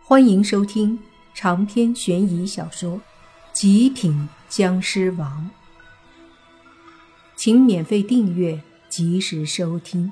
欢迎收听长篇悬疑小说《极品僵尸王》，请免费订阅，及时收听。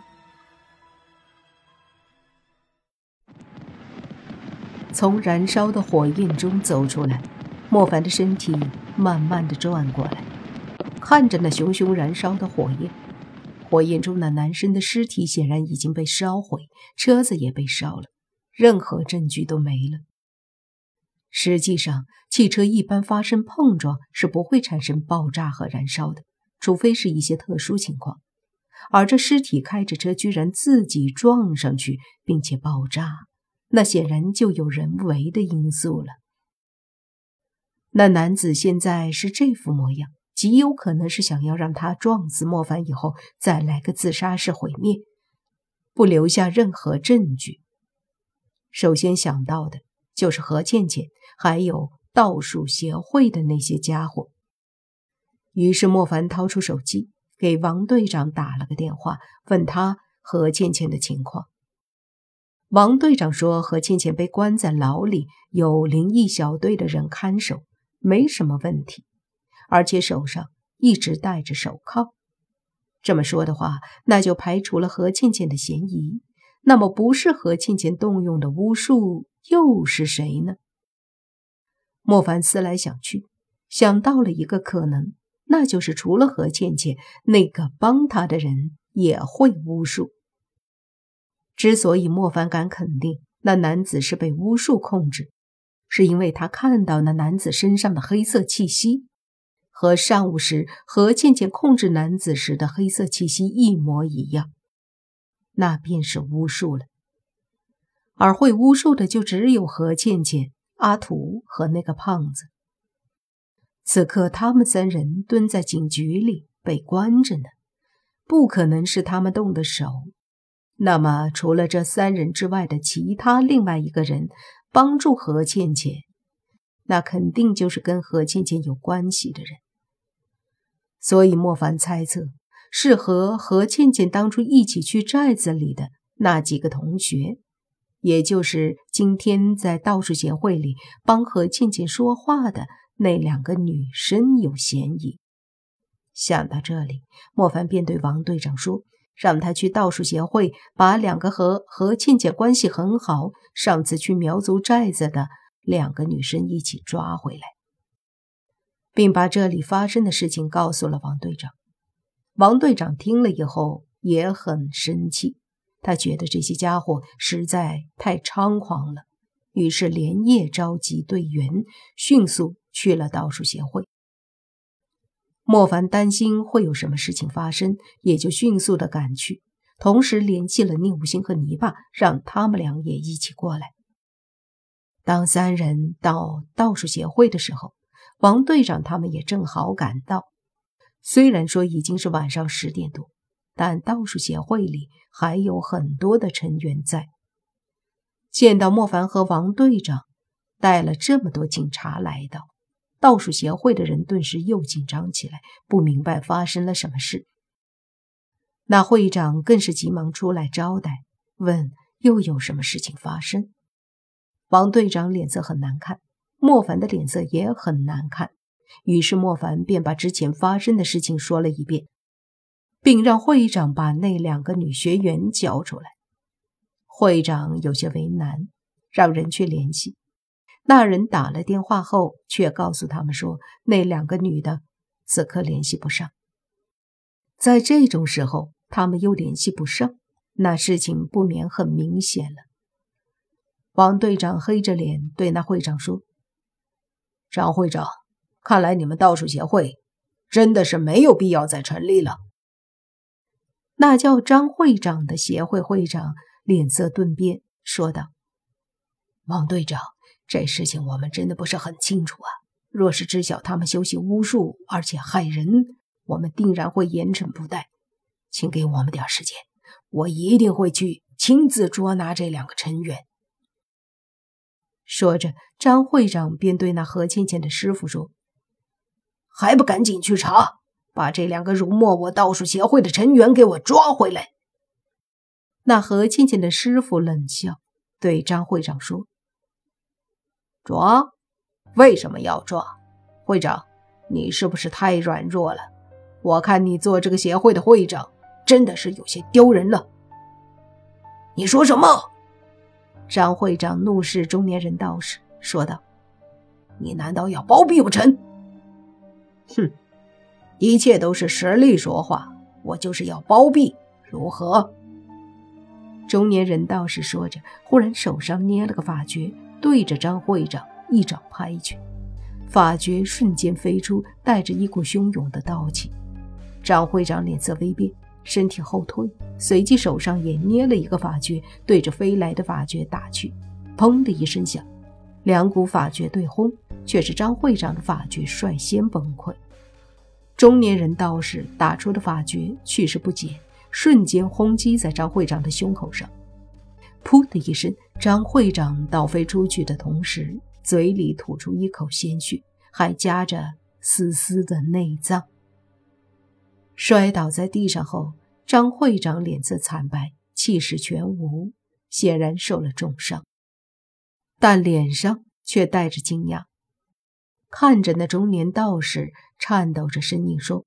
从燃烧的火焰中走出来，莫凡的身体慢慢地转过来，看着那熊熊燃烧的火焰。火焰中那男生的尸体显然已经被烧毁，车子也被烧了，任何证据都没了。实际上，汽车一般发生碰撞是不会产生爆炸和燃烧的，除非是一些特殊情况。而这尸体开着车居然自己撞上去并且爆炸，那显然就有人为的因素了。那男子现在是这副模样，极有可能是想要让他撞死莫凡以后再来个自杀式毁灭，不留下任何证据。首先想到的就是何倩倩还有道术协会的那些家伙。于是莫凡掏出手机给王队长打了个电话，问他何倩倩的情况。王队长说何倩倩被关在牢里，有灵异小队的人看守，没什么问题，而且手上一直戴着手铐。这么说的话，那就排除了何倩倩的嫌疑。那么不是何倩倩动用的巫术又是谁呢？莫凡思来想去，想到了一个可能，那就是除了何倩倩，那个帮他的人也会巫术。之所以莫凡敢肯定那男子是被巫术控制，是因为他看到那男子身上的黑色气息和上午时何倩倩控制男子时的黑色气息一模一样，那便是巫术了。而会巫术的就只有何倩倩、阿图和那个胖子。此刻他们三人蹲在警局里被关着呢，不可能是他们动的手。那么除了这三人之外的其他另外一个人帮助何倩倩，那肯定就是跟何倩倩有关系的人。所以莫凡猜测是和何倩倩当初一起去寨子里的那几个同学，也就是今天在道术协会里帮何倩倩说话的那两个女生有嫌疑。想到这里，莫凡便对王队长说，让他去道术协会把两个和何倩倩关系很好，上次去苗族寨子的两个女生一起抓回来，并把这里发生的事情告诉了王队长。王队长听了以后也很生气，他觉得这些家伙实在太猖狂了，于是连夜召集队员，迅速去了道术协会。莫凡担心会有什么事情发生，也就迅速地赶去，同时联系了宁武星和泥巴，让他们俩也一起过来。当三人到道术协会的时候，王队长他们也正好赶到。虽然说已经是晚上10点多，但道术协会里还有很多的成员在。见到莫凡和王队长带了这么多警察来到，道术协会的人顿时又紧张起来，不明白发生了什么事。那会长更是急忙出来招待，问又有什么事情发生。王队长脸色很难看，莫凡的脸色也很难看，于是莫凡便把之前发生的事情说了一遍，并让会长把那两个女学员叫出来。会长有些为难，让人去联系。那人打了电话后，却告诉他们说那两个女的此刻联系不上。在这种时候他们又联系不上，那事情不免很明显了。王队长黑着脸对那会长说，张会长，看来你们道术协会真的是没有必要再成立了。那叫张会长的协会会长脸色顿变，说道，王队长，这事情我们真的不是很清楚啊，若是知晓他们修习巫术而且害人，我们定然会严惩不贷，请给我们点时间，我一定会去亲自捉拿这两个成员。说着，张会长便对那何倩倩的师傅说，还不赶紧去查，把这两个辱没我道术协会的成员给我抓回来。那何倩倩的师傅冷笑，对张会长说， 抓？为什么要抓？会长，你是不是太软弱了？我看你做这个协会的会长，真的是有些丢人了。 你说什么？ 张会长怒视中年人道士，说道： 你难道要包庇不成？ 哼，一切都是实力说话，我就是要包庇，如何？中年人道士说着，忽然手上捏了个法诀，对着张会长一掌拍去。法诀瞬间飞出，带着一股汹涌的道气。张会长脸色微变，身体后退，随即手上也捏了一个法诀，对着飞来的法诀打去。砰的一声响，两股法诀对轰，却是张会长的法诀率先崩溃。中年人道士打出的法诀去势不减，瞬间轰击在张会长的胸口上。噗的一声，张会长倒飞出去的同时，嘴里吐出一口鲜血，还夹着丝丝的内脏。摔倒在地上后，张会长脸色惨白，气势全无，显然受了重伤，但脸上却带着惊讶，看着那中年道士，颤抖着声音说：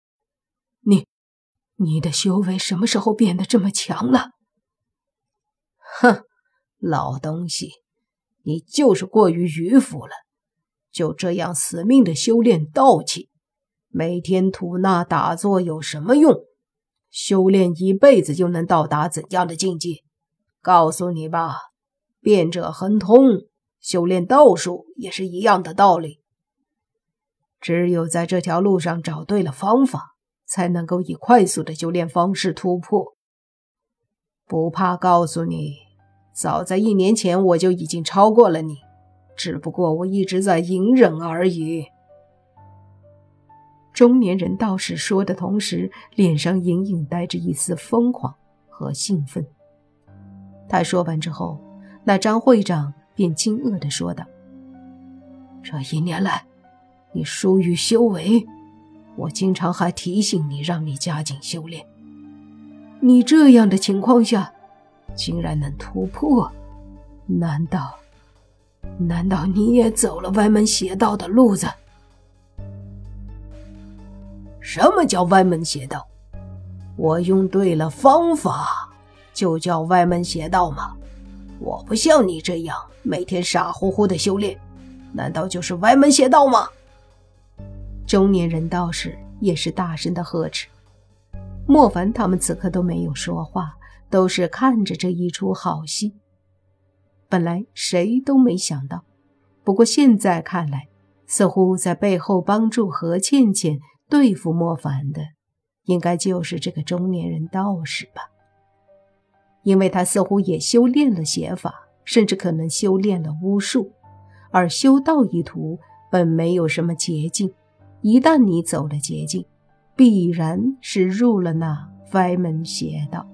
你的修为什么时候变得这么强了？哼，老东西，你就是过于迂腐了，就这样死命的修炼道气，每天吐纳打坐有什么用？修炼一辈子就能到达怎样的境界？告诉你吧，变者恒通，修炼道术也是一样的道理。只有在这条路上找对了方法，才能够以快速的修炼方式突破。不怕告诉你，早在1年前我就已经超过了你，只不过我一直在隐忍而已。中年人道士说的同时，脸上隐隐带着一丝疯狂和兴奋。他说完之后，那张会长便惊愕地说道：这1年来，你疏于修为，我经常还提醒你，让你加紧修炼。你这样的情况下，竟然能突破，难道你也走了歪门邪道的路子？ 什么叫歪门邪道？ 我用对了方法，就叫歪门邪道吗？ 我不像你这样每天傻乎乎的修炼，难道就是歪门邪道吗？ 中年人道士也是大声的呵斥。莫凡他们此刻都没有说话，都是看着这一出好戏。本来谁都没想到，不过现在看来，似乎在背后帮助何倩倩对付莫凡的，应该就是这个中年人道士吧。因为他似乎也修炼了邪法，甚至可能修炼了巫术，而修道一途本没有什么捷径，一旦你走了捷径，必然是入了那歪门邪道。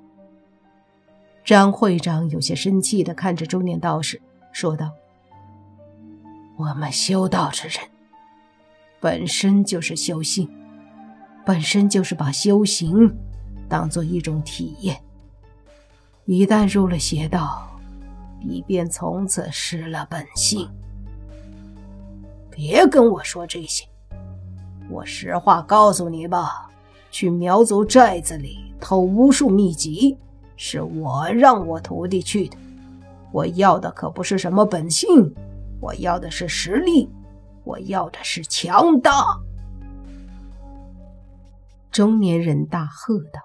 张会长有些生气地看着中年道士，说道：我们修道之人，本身就是修行，本身就是把修行当作一种体验。一旦入了邪道，你便从此失了本性。 别跟我说这些，我实话告诉你吧，去苗族寨子里偷巫术秘籍，是我让我徒弟去的。我要的可不是什么本性，我要的是实力，我要的是强大。 中年人大喝道。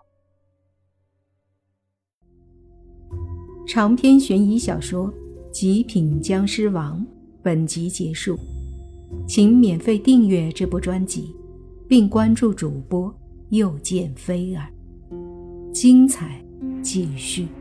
长篇悬疑小说《极品僵尸王》本集结束，请免费订阅这部专辑，并关注主播又见菲儿，精彩继续。